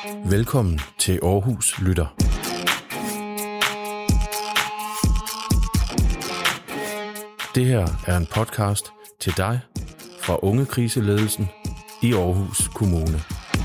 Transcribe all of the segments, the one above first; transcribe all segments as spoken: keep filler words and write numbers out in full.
Velkommen til Aarhus Lytter. Det her er en podcast til dig fra Ungekriseledelsen i Aarhus Kommune.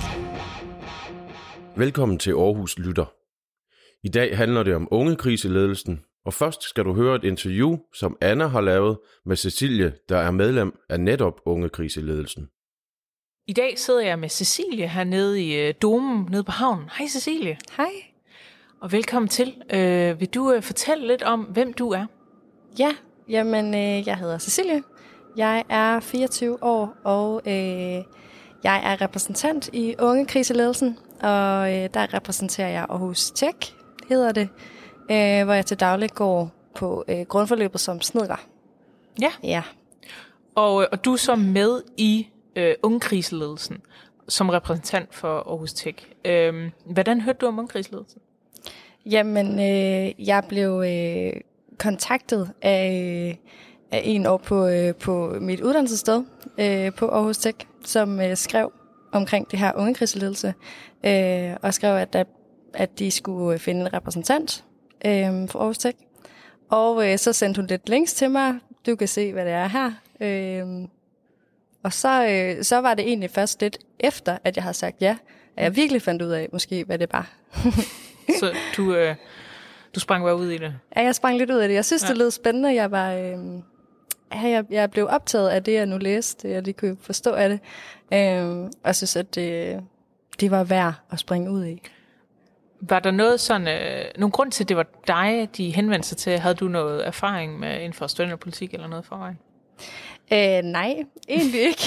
Velkommen til Aarhus Lytter. I dag handler det om Ungekriseledelsen, og først skal du høre et interview, som Anna har lavet med Cecilie, der er medlem af netop Ungekriseledelsen. I dag sidder jeg med Cecilie hernede i uh, Domen, nede på havnen. Hej Cecilie. Hej. Og velkommen til. Uh, vil du uh, fortælle lidt om, hvem du er? Ja, jamen øh, jeg hedder Cecilie. Jeg er fireogtyve år, og øh, jeg er repræsentant i Ungekriseledelsen. Og øh, der repræsenterer jeg Aarhus Tech, hedder det, øh, hvor jeg til daglig går på øh, grundforløbet som snedker. Ja. Ja. Og, og du er så med i øh, Ungekriseledelsen som repræsentant for Aarhus Tech. Øh, hvordan hørte du om Ungekriseledelsen? Jamen, øh, jeg blev øh, kontaktet af, af en år på, øh, på mit uddannelsessted øh, på Aarhus Tech, som øh, skrev omkring det her Ungekriseledelse, øh, og skrev, at, der, at de skulle finde en repræsentant øh, for Aarhus Tech. Og øh, så sendte hun lidt links til mig. Du kan se, hvad det er her. Øh, og så, øh, så var det egentlig først lidt efter, at jeg havde sagt ja, at jeg virkelig fandt ud af, måske, hvad det var. Så du, øh, du sprang bare ud i det? Ja, jeg sprang lidt ud af det. Jeg synes, ja. det lød spændende. Jeg var... Øh, Jeg, jeg blev optaget af det, jeg nu læste, jeg lige kunne forstå af det, øhm, og jeg synes, at det, det var værd at springe ud i. Var der noget sådan, øh, nogen grund til, at det var dig, de henvendte sig til? Havde du noget erfaring med inden for studenterpolitik eller noget forvejen? Øh, nej, egentlig ikke.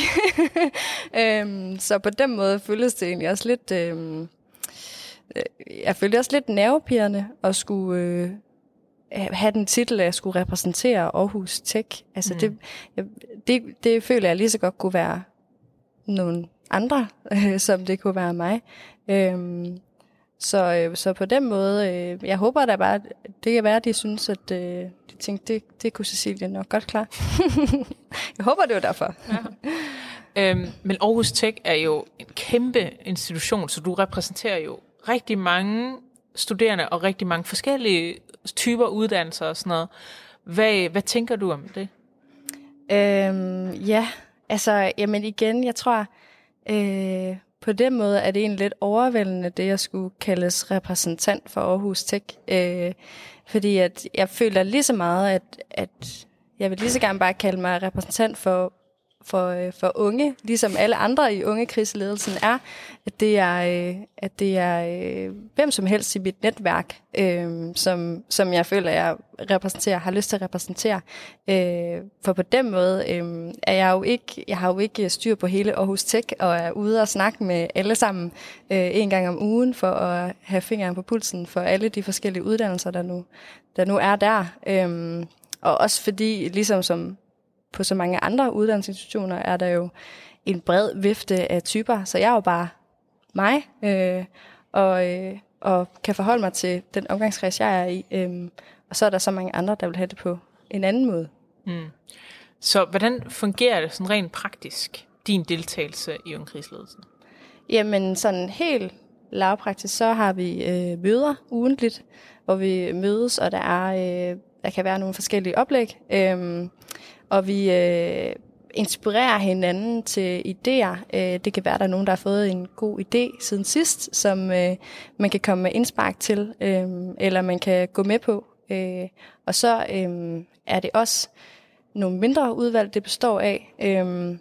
øhm, så på den måde føltes det egentlig også lidt, øh, jeg følte også lidt nervepirrende at skulle... Øh, have den titel, at jeg skulle repræsentere Aarhus Tech. Altså mm. det, det, det føler jeg lige så godt kunne være nogle andre, øh, som det kunne være mig. Øhm, så, øh, så på den måde, øh, jeg håber da bare, det kan være, at de synes, at øh, de tænkte, det, det kunne Cecilie nok godt klare. Jeg håber, det var derfor. Ja. Øhm, men Aarhus Tech er jo en kæmpe institution, så du repræsenterer jo rigtig mange studerende og rigtig mange forskellige typer uddannelser og sådan noget. Hvad, hvad tænker du om det? Øhm, ja, altså, jamen igen, jeg tror, øh, på den måde er det egentlig lidt overvældende, det jeg skulle kaldes repræsentant for Aarhus Tech. Øh, fordi at jeg føler lige så meget, at, at jeg vil lige så gerne bare kalde mig repræsentant for For, for unge, ligesom alle andre i Ungekriseledelsen er, at det er, at det er hvem som helst i mit netværk, øh, som, som jeg føler, jeg repræsenterer, har lyst til at repræsentere. Øh, for på den måde øh, er jeg jo ikke, jeg har jo ikke styr på hele Aarhus Tech, og er ude og snakke med alle sammen øh, en gang om ugen, for at have fingeren på pulsen for alle de forskellige uddannelser, der nu, der nu er der. Øh, og også fordi, ligesom som på så mange andre uddannelsesinstitutioner er der jo en bred vifte af typer, så jeg er jo bare mig, øh, og, øh, og kan forholde mig til den omgangskreds, jeg er i. Øh, og så er der så mange andre, der vil have det på en anden måde. Mm. Så hvordan fungerer det sådan rent praktisk, din deltagelse i Ungekriseledelsen? Jamen sådan helt lavpraktisk, så har vi øh, møder ugentligt, hvor vi mødes, og der er øh, der kan være nogle forskellige oplæg. Øh, Og vi øh, inspirerer hinanden til idéer. Øh, det kan være, at der er nogen, der har fået en god idé siden sidst, som øh, man kan komme med indspark til, øh, eller man kan gå med på. Øh, og så øh, er det også nogle mindre udvalg, det består af, øh,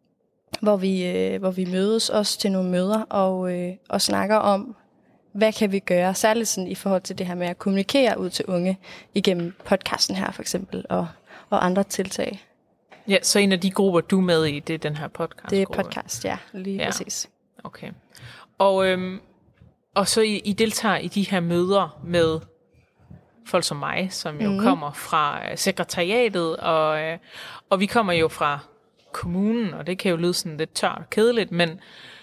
hvor, vi, øh, hvor vi mødes også til nogle møder og, øh, og snakker om, hvad kan vi gøre, særligt sådan i forhold til det her med at kommunikere ud til unge igennem podcasten her for eksempel, og og andre tiltag. Ja, så en af de grupper, du er med i, det er den her podcast? Det er podcast, ja, lige ja. præcis. Okay. Og, øhm, og så I, I deltager i de her møder med folk som mig, som jo mm-hmm. kommer fra sekretariatet, og, øh, og vi kommer jo fra kommunen, og det kan jo lyde sådan lidt tørt og kedeligt, men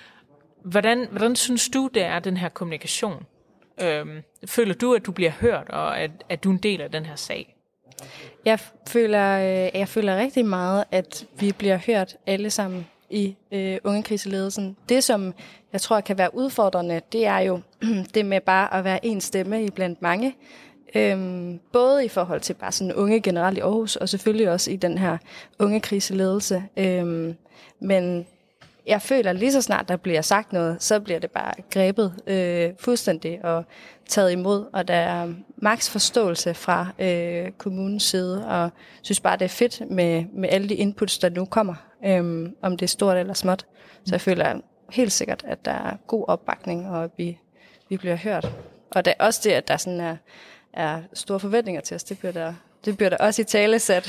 hvordan, hvordan synes du, det er, den her kommunikation? Øhm, føler du, at du bliver hørt, og at, at du er en del af den her sag? Jeg føler, jeg føler rigtig meget, at vi bliver hørt alle sammen. i øh, ungekriseledelsen. Det, som jeg tror kan være udfordrende, det er jo det med bare at være en stemme i blandt mange. Øhm, både i forhold til bare sådan unge generelt i Aarhus, og selvfølgelig også i den her ungekriseledelse. Øhm, men jeg føler lige så snart der bliver sagt noget, så bliver det bare grebet øh, fuldstændig og taget imod, og der er maks forståelse fra øh, kommunens side, og synes bare, det er fedt med, med alle de inputs, der nu kommer, øh, om det er stort eller småt. Så jeg føler helt sikkert, at der er god opbakning, og at vi, vi bliver hørt. Og det er også det, at der sådan er, er store forventninger til os, det bliver der, det bliver der også i talesat.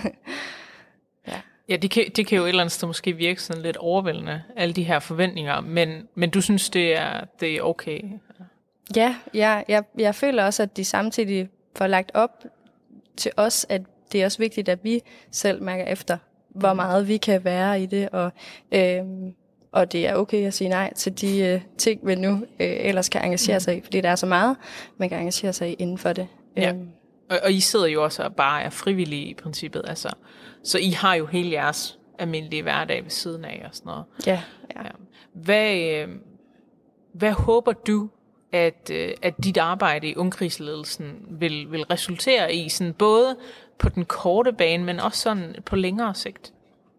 Ja. Ja, det kan, det kan jo et eller andet sted måske virke sådan lidt overvældende, alle de her forventninger, men, men du synes, det er, det er okay? Ja, jeg, jeg, jeg føler også, at de samtidig får lagt op til os, at det er også vigtigt, at vi selv mærker efter, hvor meget vi kan være i det, og, øh, og det er okay at sige nej til de øh, ting, vi nu øh, ellers kan engagere sig i, fordi der er så meget, man kan engagere sig i inden for det. Ja. Øhm. Og, og I sidder jo også og bare er frivillige i princippet, altså. Så I har jo hele jeres almindelige hverdag ved siden af og sådan noget. Ja, ja. Ja. Hvad, øh, hvad håber du, at, øh, at dit arbejde i ungkriseledelsen vil, vil resultere i, sådan både på den korte bane, men også sådan på længere sigt?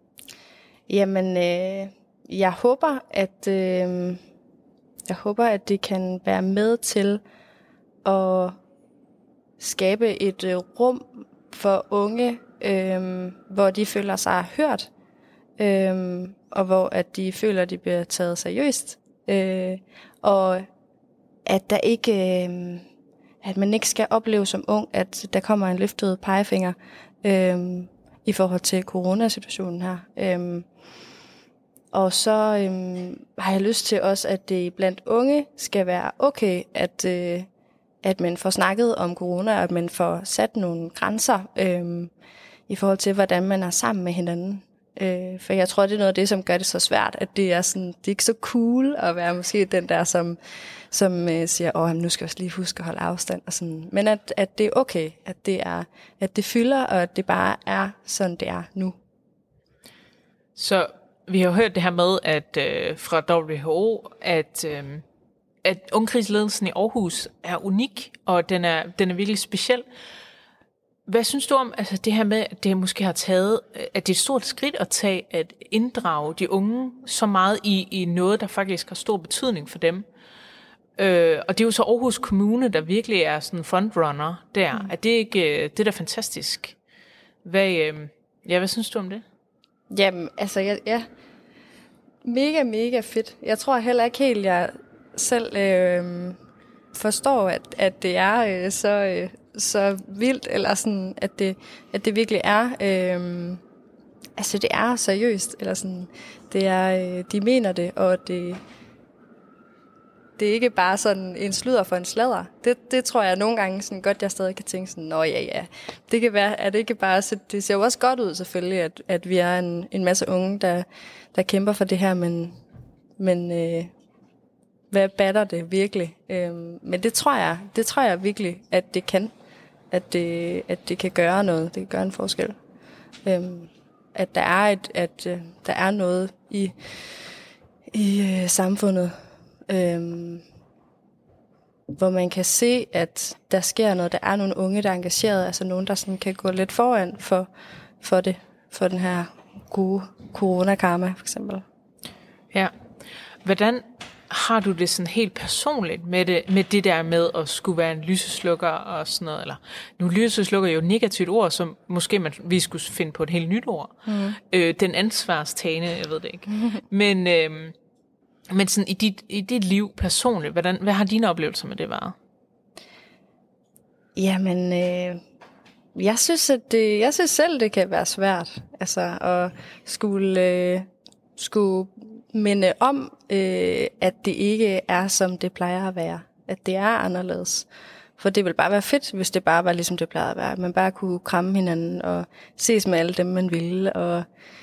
Jamen, øh, jeg håber, at øh, jeg håber, at det kan være med til at skabe et øh, rum for unge, øh, hvor de føler sig hørt, øh, og hvor at de føler, at de bliver taget seriøst, øh, og at der ikke, øh, at man ikke skal opleve som ung, at der kommer en løftet pegefinger øh, i forhold til coronasituationen her. Øh, og så øh, har jeg lyst til også, at det blandt unge skal være okay, at øh, at man får snakket om corona, og at man får sat nogle grænser øh, i forhold til, hvordan man er sammen med hinanden. Øh, for jeg tror, det er noget af det, som gør det så svært, at det er, sådan, det er ikke så cool at være måske den der, som, som øh, siger, åh, nu skal jeg også lige huske at holde afstand. Og sådan. Men at, at det er okay, at det, er, at det fylder, og at det bare er sådan, det er nu. Så vi har jo hørt det her med, at øh, fra W H O, at... Øh, at ungkriseledelsen i Aarhus er unik, og den er, den er virkelig speciel. Hvad synes du om altså det her med, at det måske har taget, at det er et stort skridt at tage, at inddrage de unge så meget i, i noget, der faktisk har stor betydning for dem? Øh, og det er jo så Aarhus Kommune, der virkelig er sådan frontrunner der. Mm. Er det ikke, det er da fantastisk. Hvad, øh, ja, hvad synes du om det? Jamen, altså, ja, ja. Mega, mega fedt. Jeg tror heller ikke helt, jeg selv øh, forstår, at, at det er øh, så, øh, så vildt, eller sådan, at det, at det virkelig er, øh, altså det er seriøst, eller sådan, det er, øh, de mener det, og det, det er ikke bare sådan en sludder for en sladder. Det, det tror jeg nogle gange sådan godt, jeg stadig kan tænke sådan, nå ja, ja, det kan være, at det ikke bare, så det ser jo også godt ud selvfølgelig, at, at vi er en, en masse unge, der, der kæmper for det her, men, men øh, hvad batter det virkelig? Øhm, men det tror jeg, det tror jeg virkelig, at det kan, at det, at det kan gøre noget, det kan gøre en forskel. Øhm, at der er et, at øh, der er noget i i øh, samfundet, øhm, hvor man kan se, at der sker noget. Der er nogle unge, der er engageret, altså nogen, der sådan kan gå lidt foran for for det, for den her gode coronakarma, for eksempel. Ja. Hvordan har du det sådan helt personligt med det, med det der med at skulle være en lyseslukker og sådan noget? Eller, nu lyseslukker jo et negativt ord, som måske man, vi skulle finde på et helt nyt ord. Mm. Øh, den ansvarstagende, jeg ved det ikke. Men, øh, men sådan i dit, i dit liv personligt, hvordan, hvad har dine oplevelser med det været? Jamen, øh, jeg synes, at det, jeg synes selv, det kan være svært. Altså at skulle, øh, skulle minde om, øh, at det ikke er, som det plejer at være. At det er anderledes. For det ville bare være fedt, hvis det bare var, ligesom det plejede at være. Man bare kunne kramme hinanden og ses med alle dem, man ville. Og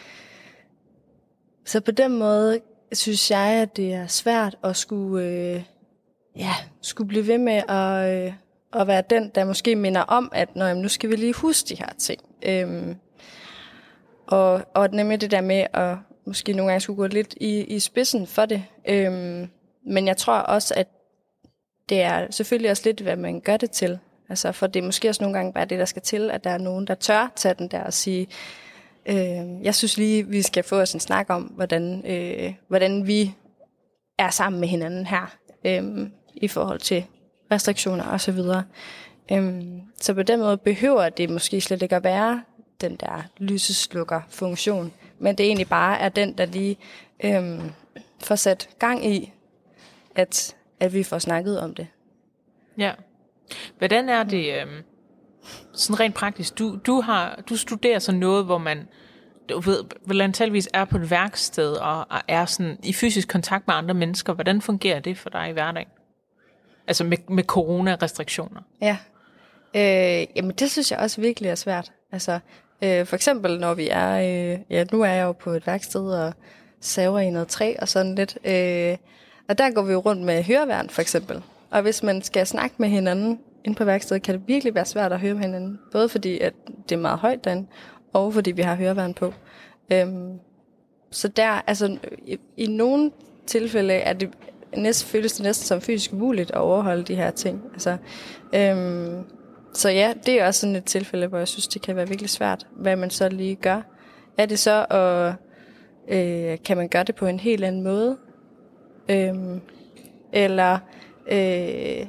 så på den måde synes jeg, at det er svært at skulle, øh, ja, skulle blive ved med at, øh, at være den, der måske minder om, at nå, jamen, nu skal vi lige huske de her ting. Øhm, og, og nemlig det der med at måske nogle gange skulle gå lidt i, i spidsen for det. Øhm, men jeg tror også, at det er selvfølgelig også lidt, hvad man gør det til. Altså, for det er måske også nogle gange bare det, der skal til, at der er nogen, der tør tage den der og sige, øh, jeg synes lige, vi skal få os en snak om, hvordan, øh, hvordan vi er sammen med hinanden her, øh, i forhold til restriktioner og så videre. Øh, så på den måde behøver det måske slet ikke at være den der lyseslukker-funktion, men det egentlig bare er den, der lige øh, får sat gang i, at, at vi får snakket om det. Ja. Hvordan er det øh, sådan rent praktisk? Du, du, har, du studerer sådan noget, hvor man du ved, vel antageligvis er på et værksted og er sådan i fysisk kontakt med andre mennesker. Hvordan fungerer det for dig i hverdagen? Altså med, med coronarestriktioner. Ja, øh, jamen det synes jeg også virkelig er svært. Altså øh, for eksempel når vi er, øh, ja nu er jeg jo på et værksted og saver i noget træ og sådan lidt. Øh, og der går vi jo rundt med høreværn for eksempel. Og hvis man skal snakke med hinanden inde på værkstedet, kan det virkelig være svært at høre med hinanden. Både fordi, at det er meget højt derinde, og fordi vi har høreværn på. Øhm, så der, altså, i, i nogle tilfælde er det næsten, føles det næsten som fysisk umuligt at overholde de her ting. Altså, øhm, så ja, det er også sådan et tilfælde, hvor jeg synes, det kan være virkelig svært, hvad man så lige gør. Er det så, at, øh, kan man gøre det på en helt anden måde? Øhm, eller Øh,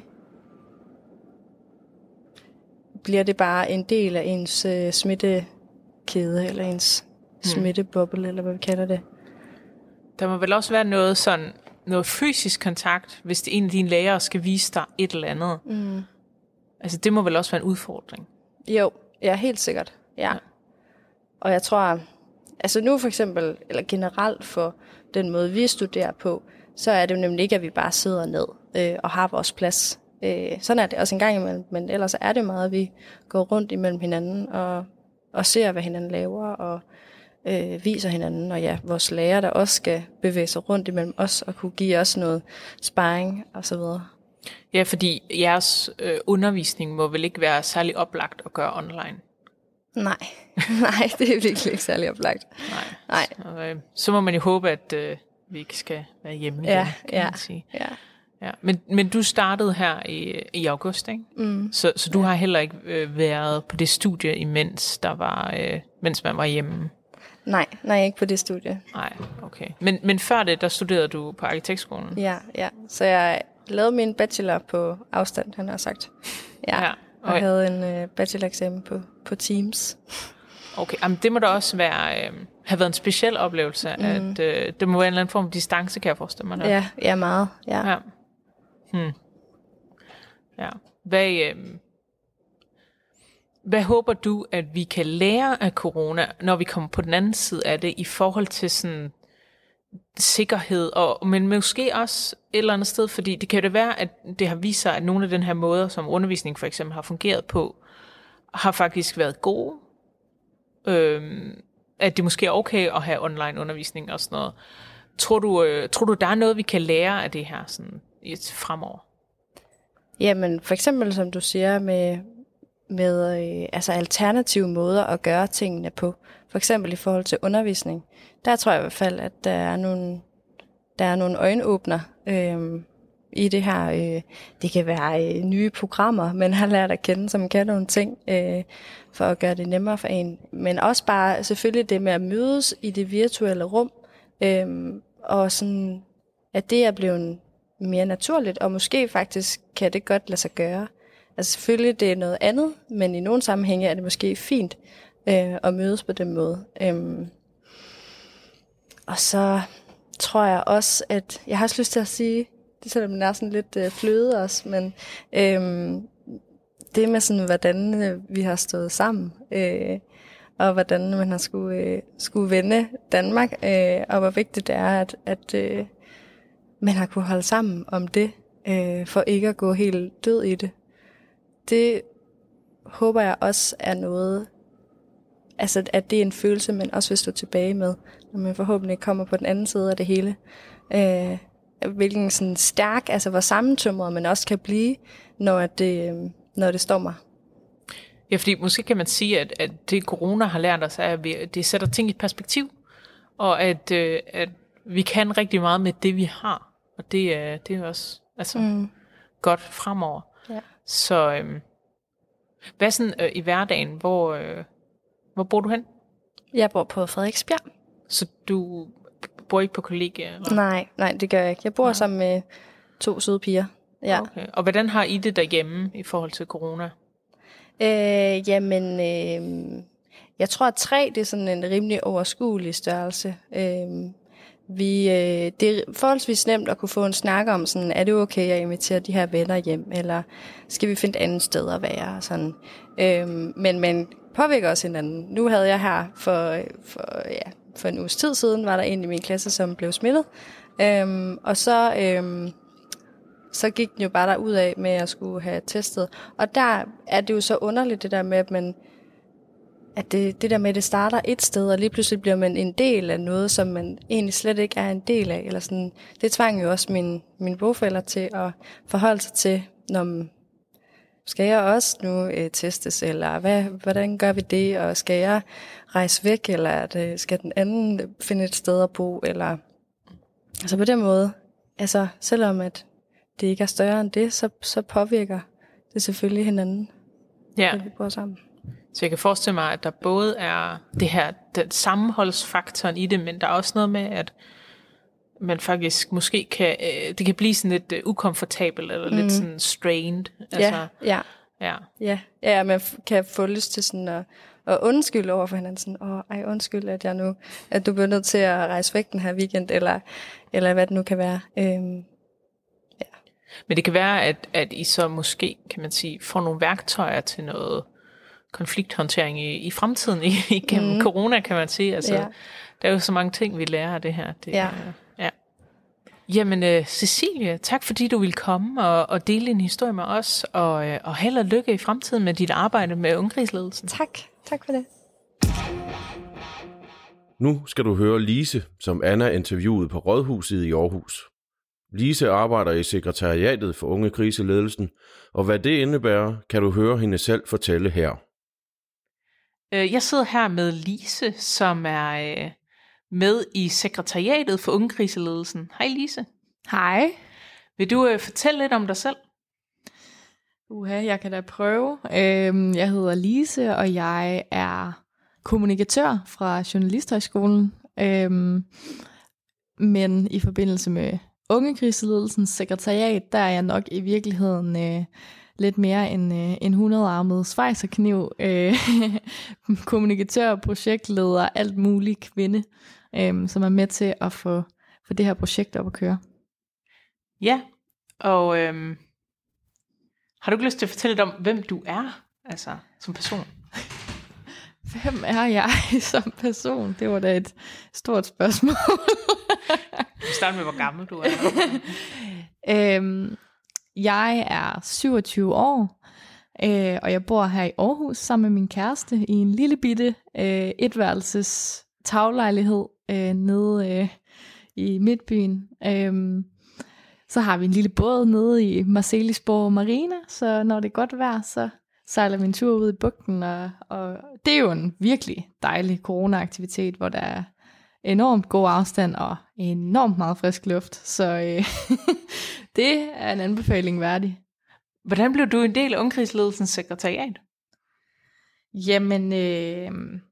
bliver det bare en del af ens øh, smittekæde, eller ens hmm. smitteboble, eller hvad vi kalder det. Der må vel også være noget sådan, noget fysisk kontakt, hvis det en af dine lærere skal vise dig et eller andet. Mm. Altså det må vel også være en udfordring. Jo, ja, helt sikkert. Ja. Ja. Og jeg tror, altså nu for eksempel, eller generelt for den måde, vi studerer på, så er det jo nemlig ikke, at vi bare sidder ned øh, og har vores plads. Øh, sådan er det også en gang imellem, men ellers er det meget, at vi går rundt imellem hinanden og, og ser, hvad hinanden laver og øh, viser hinanden. Og ja, vores lærer, der også skal bevæge sig rundt imellem os og kunne give os noget sparring og så videre. Ja, fordi jeres øh, undervisning må vel ikke være særlig oplagt at gøre online? Nej, nej, det er virkelig ikke særlig oplagt. Nej, nej. Så, øh, så må man jo håbe, at øh, vi ikke skal være hjemme igen, ja, kan ja, man sige. Ja. Ja. Men, men du startede her i, i august, ikke? Mm. Så, så du ja. har heller ikke øh, været på det studie, imens der var, øh, mens man var hjemme? Nej, nej, ikke på det studie. Nej, okay. Men, men før det, der studerede du på arkitektskolen? Ja, ja. Så jeg lavede min bachelor på afstand, han har sagt. Ja, ja. Og okay. havde en øh, bacheloreksamen på, på Teams. Okay, jamen det må da også være, øh, have været en speciel oplevelse, mm. at øh, det må være en eller anden form for distance, kan jeg forestille mig. Ja, ja, meget. Ja. Ja. Hmm. Ja. Hvad, øh, hvad håber du, at vi kan lære af corona, når vi kommer på den anden side af det, i forhold til sådan sikkerhed, og, men måske også et eller andet sted, fordi det kan jo da være, at det har vist sig, at nogle af den her måder, som undervisning for eksempel har fungeret på, har faktisk været gode. Øhm, at det måske er okay at have online undervisning og sådan noget. Tror du, øh, tror du der er noget, vi kan lære af det her sådan, fremover? Jamen for eksempel, som du siger, med, med øh, altså alternative måder at gøre tingene på. For eksempel i forhold til undervisning. Der tror jeg i hvert fald, at der er nogle, der er nogle øjenåbner øh, i det her. Øh, det kan være øh, nye programmer, man har lært at kende, som kan nogle ting, øh, for at gøre det nemmere for en. Men også bare selvfølgelig det med at mødes i det virtuelle rum, øh, og sådan, at det er blevet mere naturligt, og måske faktisk kan det godt lade sig gøre. Altså selvfølgelig det er noget andet, men i nogle sammenhænge er det måske fint øh, at mødes på den måde. Øhm, og så tror jeg også, at jeg har også lyst til at sige, det selvom det er sådan lidt øh, fløde også, men øhm, det med sådan, hvordan øh, vi har stået sammen, øh, og hvordan man har skulle, øh, skulle vende Danmark, øh, og hvor vigtigt det er, at, at øh, man har kunne holde sammen om det, øh, for ikke at gå helt død i det. Det håber jeg også er noget, altså at det er en følelse, man også vil stå tilbage med, når man forhåbentlig kommer på den anden side af det hele. Øh, hvilken sådan stærk, altså hvor sammentømret man også kan blive, når det, når det stormer. Ja, fordi måske kan man sige, at, at det corona har lært os, er, at det sætter ting i perspektiv, og at, øh, at vi kan rigtig meget med det, vi har. Og det er, det er også altså, mm. godt fremover. Ja. Så øh, hvad sådan øh, i hverdagen, hvor, øh, hvor bor du hen? Jeg bor på Frederiksbjerg. Så du bor ikke på kollegie? Eller? Nej, nej, det gør jeg ikke. Jeg bor ja. sammen med to søde piger. Ja. Okay. Og hvordan har I det derhjemme i forhold til corona? Øh, jamen, øh, jeg tror, at tre det er sådan en rimelig overskuelig størrelse. Øh, vi, øh, det er forholdsvis nemt at kunne få en snak om, sådan, er det okay at invitere de her venner hjem, eller skal vi finde et andet sted at være? Sådan. Øh, men man påvirker også hinanden. Nu havde jeg her for, for, ja, for en uges tid siden, var der en i min klasse, som blev smittet. Øh, og så... Øh, så gik den jo bare der ud af med at skulle have testet. Og der er det jo så underligt det der med, at man, at det, det der med, at det starter et sted, og lige pludselig bliver man en del af noget, som man egentlig slet ikke er en del af. Eller sådan. Det tvang jo også mine, mine bogfæller til at forholde sig til, når skal jeg også nu øh, testes, eller hvad, hvordan gør vi det, og skal jeg rejse væk, eller er det, skal den anden finde et sted at bo, eller altså på den måde, altså selvom at det ikke er større end det, så, så påvirker det selvfølgelig hinanden, ja. når vi bor sammen. Så jeg kan forestille mig, at der både er det her den sammenholdsfaktoren i det, men der er også noget med, at man faktisk måske kan, det kan blive sådan lidt ukomfortabelt, eller mm. lidt sådan strained. Altså, ja, ja. Ja. Ja, ja, man kan få lyst til sådan at, at undskylde over for hinanden. Sådan, åh, ej, undskyld, at jeg nu, at du bliver nødt til at rejse væk den her weekend, eller, eller hvad det nu kan være. Øhm, Men det kan være, at, at I så måske, kan man sige, får nogle værktøjer til noget konflikthåndtering i, i fremtiden igennem mm. corona, kan man sige. Altså, ja. Der er jo så mange ting, vi lærer af det her. Det, ja. ja. Jamen, uh, Cecilie, tak fordi du ville komme og, og dele din historie med os, og, uh, og held og lykke i fremtiden med dit arbejde med ungekrigsledelsen. Tak. Tak for det. Nu skal du høre Lise, som Anna interviewede på Rådhuset i Aarhus. Lise arbejder i sekretariatet for ungekriseledelsen, og hvad det indebærer, kan du høre hende selv fortælle her. Jeg sidder her med Lise, som er med i sekretariatet for ungekriseledelsen. Hej Lise. Hej. Vil du fortælle lidt om dig selv? Uha, jeg kan da prøve. Jeg hedder Lise, og jeg er kommunikatør fra Journalisthøjskolen. Men i forbindelse med ungekriseledelsens sekretariat, der er jeg nok i virkeligheden øh, lidt mere en, øh, en hundrede-armet svejserkniv, øh, kommunikatør, projektleder, alt muligt kvinde, øh, som er med til at få, få det her projekt op at køre. Ja, og øh, har du ikke lyst til at fortælle lidt om, hvem du er, altså som person? Hvem er jeg som person? Det var da et stort spørgsmål. Vi starter med, hvor gammel du er. øhm, jeg er syvogtyve år, øh, og jeg bor her i Aarhus sammen med min kæreste i en lille bitte øh, etværelses taglejlighed øh, nede øh, i Midtbyen. Øhm, så har vi en lille båd nede i Marselisborg Marina, så når det er godt vejr, så sejler vi en tur ud i bugten, og, og det er jo en virkelig dejlig corona-aktivitet, hvor der er enormt god afstand og enormt meget frisk luft, så øh, det er en anbefaling værdig. Hvordan blev du en del af ungekrigsledelsens sekretariat? Jamen, øh,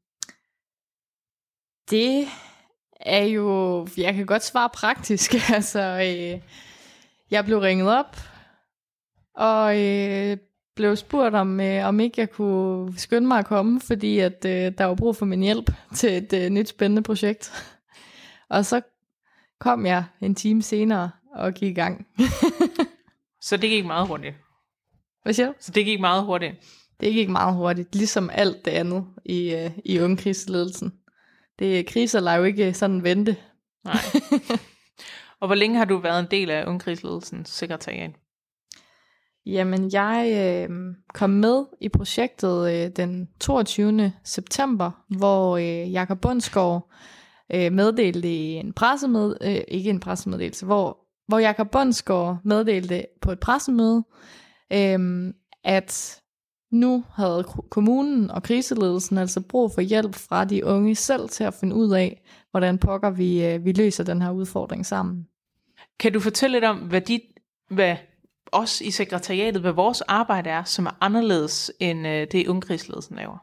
det er jo, jeg kan godt svare praktisk, altså, øh, jeg blev ringet op, og øh, blev spurgt om, øh, om ikke jeg kunne skynde mig at komme, fordi at øh, der var brug for min hjælp til et øh, nyt spændende projekt. Og så kom jeg en time senere og gik i gang. Så det gik meget hurtigt? Hvad siger du? Så det gik meget hurtigt? Det gik meget hurtigt, ligesom alt det andet i, øh, i ungekrigsledelsen. Det kriser lader jo ikke sådan vente. Nej. Og hvor længe har du været en del af ungekrigsledelsens sekretariat? Jamen, jeg øh, kom med i projektet øh, den toogtyvende september, hvor øh, Jakob Bundsgaard øh, meddelte i en pressemøde, øh, ikke en pressemeddelelse, hvor, hvor Jakob Bundsgaard meddelte på et pressemøde, øh, at nu havde kommunen og kriseledelsen altså brug for hjælp fra de unge selv til at finde ud af, hvordan pokker vi, øh, vi løser den her udfordring sammen. Kan du fortælle lidt om, hvad, dit, hvad os i sekretariatet, hvad vores arbejde er, som er anderledes end øh, det ungekrigsledelsen laver?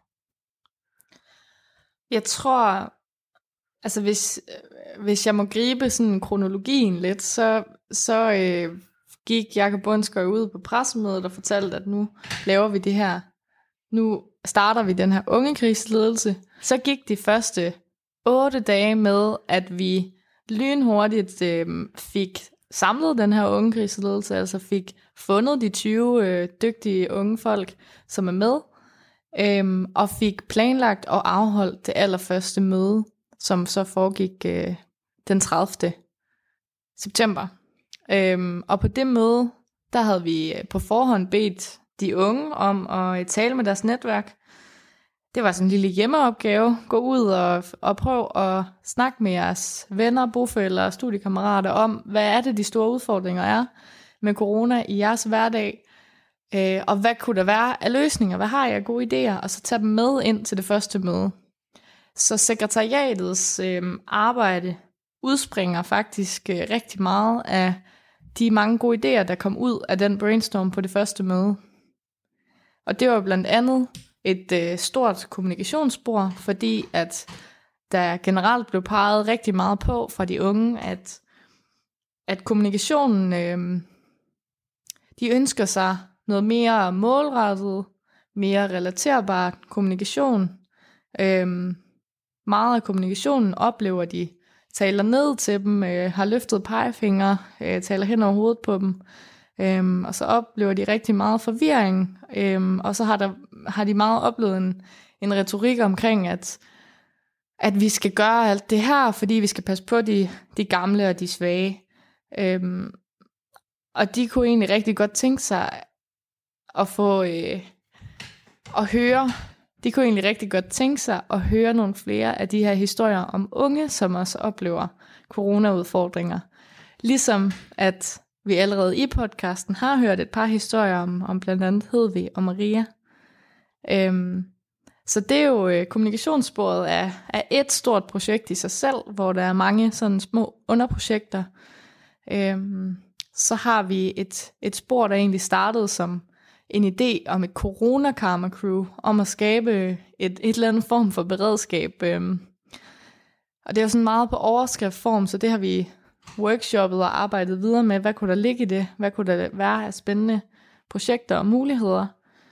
Jeg tror, altså hvis, hvis jeg må gribe sådan kronologien lidt, så, så øh, gik Jakob Bundsgaard ud på pressemødet og fortalte, at nu laver vi det her, nu starter vi den her ungekrigsledelse. Så gik de første otte dage med, at vi lynhurtigt øh, fik samlet den her ungekrigsledelse, altså fik fundet de tyve øh, dygtige unge folk, som er med, øh, og fik planlagt og afholdt det allerførste møde, som så foregik øh, den tredivte september. Øh, og på det møde, der havde vi på forhånd bedt de unge om at tale med deres netværk. Det var sådan en lille hjemmeopgave. Gå ud og, og prøv at snakke med jeres venner, bofæller og studiekammerater om, hvad er det, de store udfordringer er med corona i jeres hverdag, øh, og hvad kunne der være af løsninger, hvad har jeg af gode idéer, og så tage dem med ind til det første møde. Så sekretariatets øh, arbejde udspringer faktisk øh, rigtig meget af de mange gode idéer, der kom ud af den brainstorm på det første møde. Og det var blandt andet et øh, stort kommunikationsspor, fordi at der generelt blev peget rigtig meget på fra de unge, at, at kommunikationen, øh, de ønsker sig noget mere målrettet, mere relaterbar kommunikation. Øh, meget af kommunikationen oplever de taler ned til dem, øh, har løftet pegefinger, øh, taler hen over hovedet på dem. Øhm, og så oplever de rigtig meget forvirring, øhm, og så har, der, har de meget oplevet en, en retorik omkring, at, at vi skal gøre alt det her, fordi vi skal passe på de, de gamle og de svage. Øhm, og de kunne egentlig rigtig godt tænke sig at få øh, at høre, de kunne egentlig rigtig godt tænke sig at høre nogle flere af de her historier om unge, som også oplever coronaudfordringer. Ligesom at vi allerede i podcasten har hørt et par historier om, om blandt andet Hedvig og Maria. Øhm, så det er jo øh, kommunikationssporet af, af et stort projekt i sig selv, hvor der er mange sådan små underprojekter. Øhm, så har vi et, et spor, der egentlig startede som en idé om et corona-karma-crew, om at skabe et, et eller andet form for beredskab. Øhm, og det er jo sådan meget på overskriftform, så det har vi workshoppet og arbejdet videre med, hvad kunne der ligge i det, hvad kunne der være af spændende projekter og muligheder.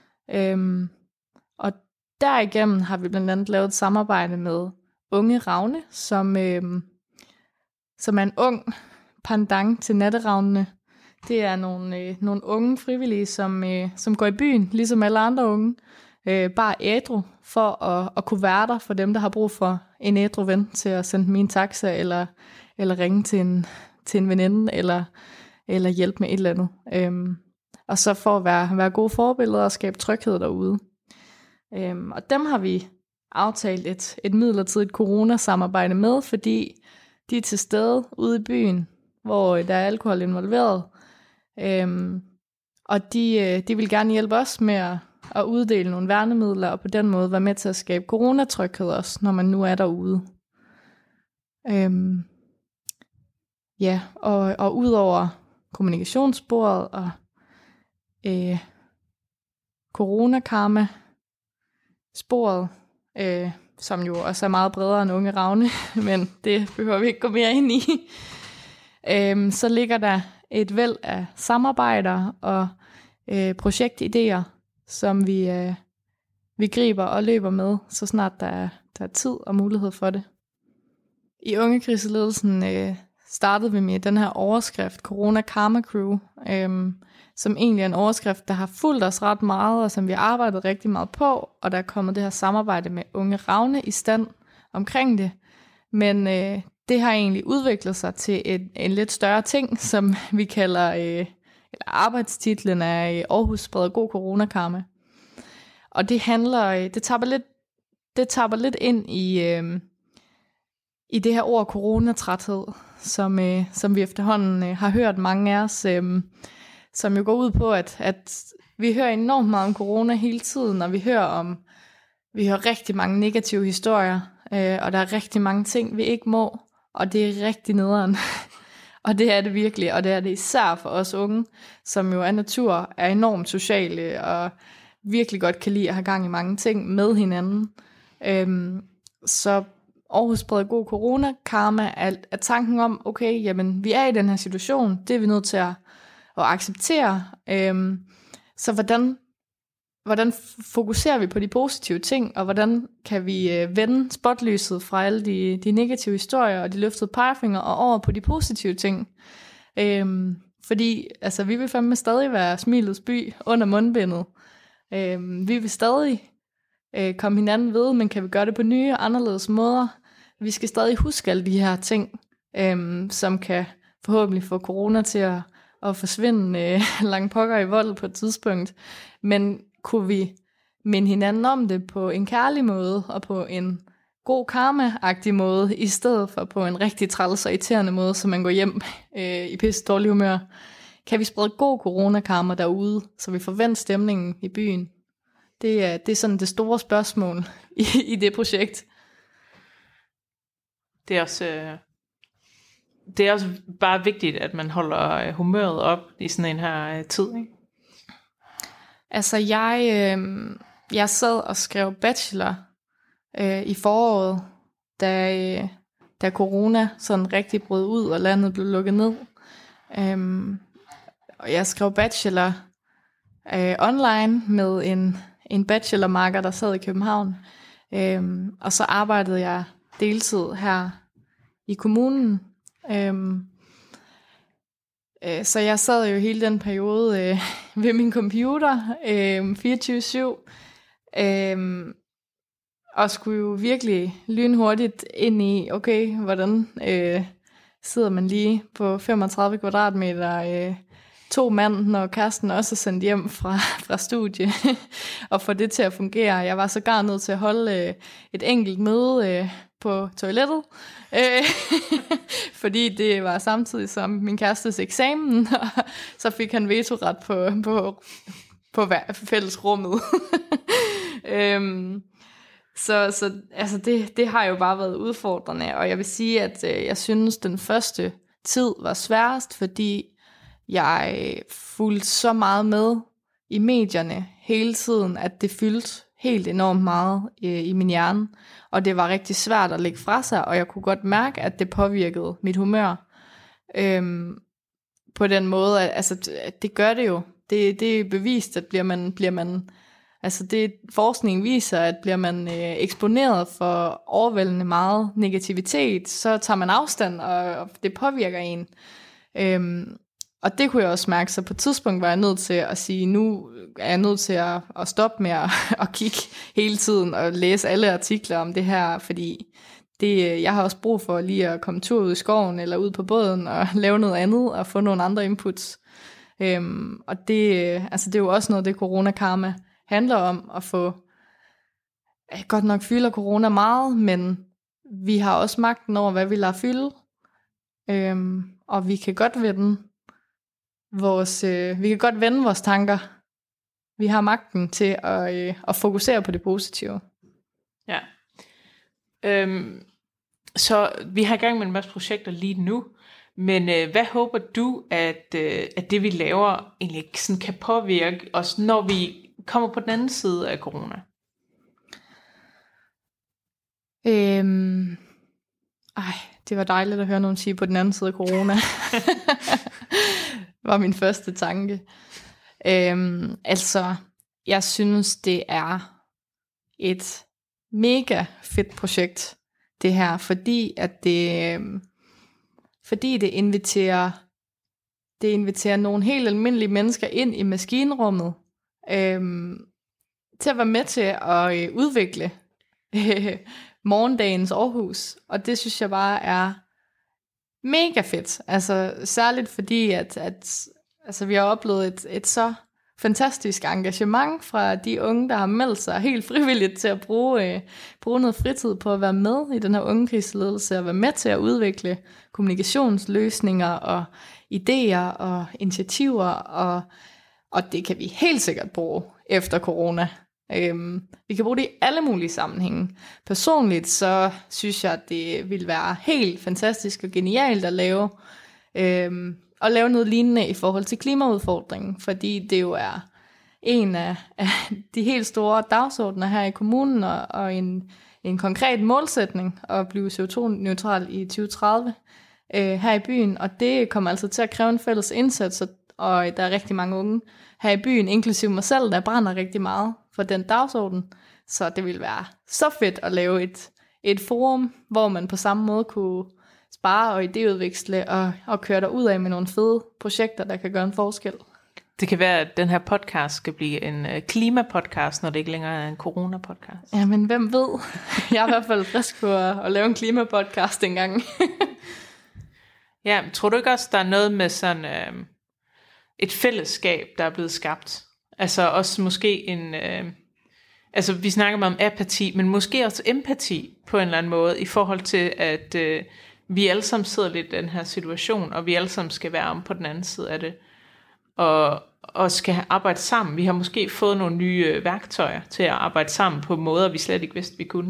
Øhm, og derigennem har vi blandt andet lavet et samarbejde med Unge Ravne, som, øhm, som er en ung pendant til Natteravnene. Det er nogle, øh, nogle unge frivillige, som, øh, som går i byen, ligesom alle andre unge, øh, bare ædru, for at, at kunne være der for dem, der har brug for en ædru ven til at sende dem i en taxa, eller eller ringe til en, til en veninde, eller, eller hjælpe med et eller andet. Øhm, og så for at være, være gode forbilleder og skabe tryghed derude. Øhm, og dem har vi aftalt et, et midlertidigt coronasamarbejde med, fordi de er til stede ude i byen, hvor der er alkohol involveret. Øhm, og de, de vil gerne hjælpe os med at, at uddele nogle værnemidler, og på den måde være med til at skabe coronatryghed også, når man nu er derude. Øhm, Ja, og, og ud over kommunikationssporet og øh, corona-karma-sporet, øh, som jo også er meget bredere end Unge Ravne, men det behøver vi ikke gå mere ind i, øh, så ligger der et væld af samarbejder og øh, projektidéer, som vi, øh, vi griber og løber med, så snart der er, der er tid og mulighed for det. I ungekrigsledelsen øh, startede vi med den her overskrift, Corona Karma Crew, øhm, som egentlig er en overskrift, der har fulgt os ret meget, og som vi har arbejdet rigtig meget på, og der er kommet det her samarbejde med Unge Ravne i stand omkring det. Men øh, det har egentlig udviklet sig til en, en lidt større ting, som vi kalder, øh, eller arbejdstitlen er Aarhus spreder god coronakarma. Og det handler, det tapper lidt, det tapper lidt ind i, øh, i det her ord coronatræthed, som, øh, som vi efterhånden øh, har hørt mange af os, øh, som jo går ud på, at, at vi hører enormt meget om corona hele tiden, og vi hører om, vi hører rigtig mange negative historier, øh, og der er rigtig mange ting, vi ikke må, og det er rigtig nederen. Og det er det virkelig, og det er det især for os unge, som jo af natur er enormt sociale, og virkelig godt kan lide at have gang i mange ting med hinanden. Øhm, så Aarhus spreder god corona-karma er, er tanken om, okay, jamen vi er i den her situation, det er vi nødt til at, at acceptere. Øhm, så hvordan, hvordan fokuserer vi på de positive ting, og hvordan kan vi øh, vende spotlyset fra alle de, de negative historier og de løftede pegefinger og over på de positive ting? Øhm, fordi altså, vi vil fandme stadig være smilets by under mundbindet. Øhm, vi vil stadig øh, komme hinanden ved, men kan vi gøre det på nye og anderledes måder? Vi skal stadig huske alle de her ting, øhm, som kan forhåbentlig få corona til at, at forsvinde øh, langt pokker i vold på et tidspunkt. Men kunne vi minde hinanden om det på en kærlig måde, og på en god karma-agtig måde, i stedet for på en rigtig træls og irriterende måde, så man går hjem øh, i pisse dårlig humør? Kan vi sprede god corona-karma derude, så vi får vendt stemningen i byen? Det er, det er sådan det store spørgsmål i, i det projekt. Det er også, øh, det er også bare vigtigt, at man holder øh, humøret op i sådan en her øh, tid, ikke? Altså, jeg, øh, jeg sad og skrev bachelor øh, i foråret, da, øh, da corona sådan rigtig brød ud, og landet blev lukket ned. Øhm, og jeg skrev bachelor øh, online med en, en bachelormarker, der sad i København. Øhm, og så arbejdede jeg deltid her i kommunen. Øhm, øh, så jeg sad jo hele den periode øh, ved min computer øh, fireogtyve syv. Øh, og skulle jo virkelig lynhurtigt ind i, okay, hvordan øh, sidder man lige på femogtredive kvadratmeter, øh, to mand, når kæresten også er sendt hjem fra, fra studie, og få det til at fungere. Jeg var sågar nødt til at holde øh, et enkelt møde øh, på toilettet, øh, fordi det var samtidig som min kærestes eksamen, og så fik han vetoret på, på, på fællesrummet. øhm, så så altså det, det har jo bare været udfordrende, og jeg vil sige, at øh, jeg synes, den første tid var sværest, fordi jeg fulgte så meget med i medierne hele tiden, at det fyldte helt enormt meget øh, i min hjerne, og det var rigtig svært at lægge fra sig, og jeg kunne godt mærke, at det påvirkede mit humør øhm, på den måde, at altså, det gør det jo. Det, det er bevist, at bliver man, bliver man altså det forskningen viser, at bliver man øh, eksponeret for overvældende meget negativitet, så tager man afstand, og, og det påvirker en. Øhm, Og det kunne jeg også mærke, så på et tidspunkt var jeg nødt til at sige, nu er jeg nødt til at, at stoppe med at, at kigge hele tiden og læse alle artikler om det her, fordi det, jeg har også brug for lige at komme tur ud i skoven eller ud på båden og lave noget andet og få nogle andre inputs. Øhm, og det, altså det er jo også noget, det corona-karma handler om, at få, godt nok fylder corona meget, men vi har også magten over, hvad vi lader fylde, øhm, og vi kan godt vende Vores, øh, vi kan godt vende vores tanker. Vi har magten til at, øh, at fokusere på det positive. Ja. Øhm, så vi har i gang med en masse projekter lige nu, men øh, hvad håber du, at, øh, at det vi laver egentlig sådan kan påvirke os, når vi kommer på den anden side af corona? Øhm, ej, det var dejligt at høre nogen sige på den anden side af corona. Var min første tanke. Øhm, altså, jeg synes, det er et mega fedt projekt, det her, fordi at det, øhm, fordi det inviterer, det inviterer nogle helt almindelige mennesker ind i maskinrummet, øhm, til at være med til at øh, udvikle øh, morgendagens Aarhus, og det synes jeg bare er mega fedt, altså særligt fordi, at, at altså, vi har oplevet et, et så fantastisk engagement fra de unge, der har meldt sig helt frivilligt til at bruge, øh, bruge noget fritid på at være med i den her ungekriseledelse, og være med til at udvikle kommunikationsløsninger og idéer og initiativer, og, og det kan vi helt sikkert bruge efter corona. Øhm, vi kan bruge det i alle mulige sammenhænge. Personligt så synes jeg, at det ville være helt fantastisk og genialt at lave, øhm, at lave noget lignende i forhold til klimaudfordringen, fordi det jo er en af, af de helt store dagsordner her i kommunen, og, og en, en konkret målsætning at blive C O to neutral i tyve tredive øh, her i byen, og det kommer altså til at kræve en fælles indsats, og der er rigtig mange unge her i byen, inklusive mig selv, der brænder rigtig meget for den dagsorden, så det ville være så fedt at lave et, et forum, hvor man på samme måde kunne spare og idéudveksle og, og køre derud af med nogle fede projekter, der kan gøre en forskel. Det kan være, at den her podcast skal blive en uh, klimapodcast, når det ikke længere er en corona-podcast. Ja, men hvem ved? Jeg er i hvert fald frisk på at, at lave en klimapodcast engang. Ja, tror du ikke også, der er noget med sådan øh, et fællesskab, der er blevet skabt? Altså også måske en... Øh, altså vi snakker meget om apati, men måske også empati på en eller anden måde, i forhold til, at øh, vi alle sammen sidder lidt i den her situation, og vi alle sammen skal være om på den anden side af det. Og, og skal arbejde sammen. Vi har måske fået nogle nye øh, værktøjer til at arbejde sammen på måder, vi slet ikke vidste, vi kunne.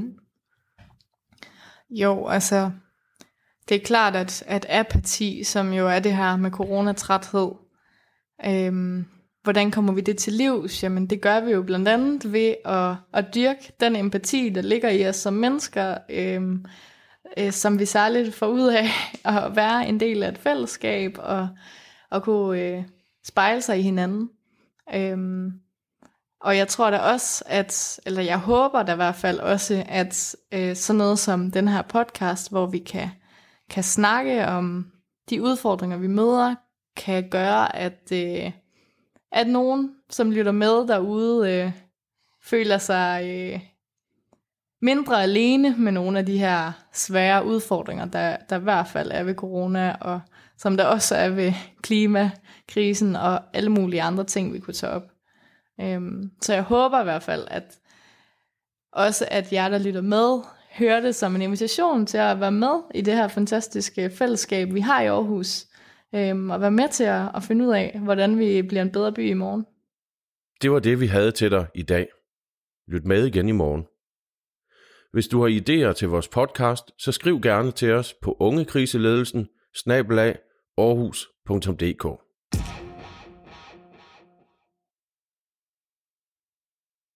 Jo, altså, det er klart, at, at apati, som jo er det her med coronatræthed, øhm, hvordan kommer vi det til livs? Jamen, det gør vi jo blandt andet ved at, at dyrke den empati, der ligger i os som mennesker, øhm, øh, som vi særligt får ud af at være en del af et fællesskab, og, og kunne... Øh, spejle sig i hinanden. Øhm, og jeg tror da også, at, eller jeg håber da i hvert fald også, at øh, sådan noget som den her podcast, hvor vi kan, kan snakke om de udfordringer, vi møder, kan gøre, at, øh, at nogen, som lytter med derude, øh, føler sig øh, mindre alene med nogle af de her svære udfordringer, der, der i hvert fald er ved corona, og som der også er ved klimakrisen og alle mulige andre ting, vi kunne tage op. Øhm, så jeg håber i hvert fald, at også at jer, der lytter med, hører det som en invitation til at være med i det her fantastiske fællesskab, vi har i Aarhus, øhm, og være med til at, at finde ud af, hvordan vi bliver en bedre by i morgen. Det var det, vi havde til dig i dag. Lyt med igen i morgen. Hvis du har idéer til vores podcast, så skriv gerne til os på ungekriseledelsen snabel-a aarhus punktum d k.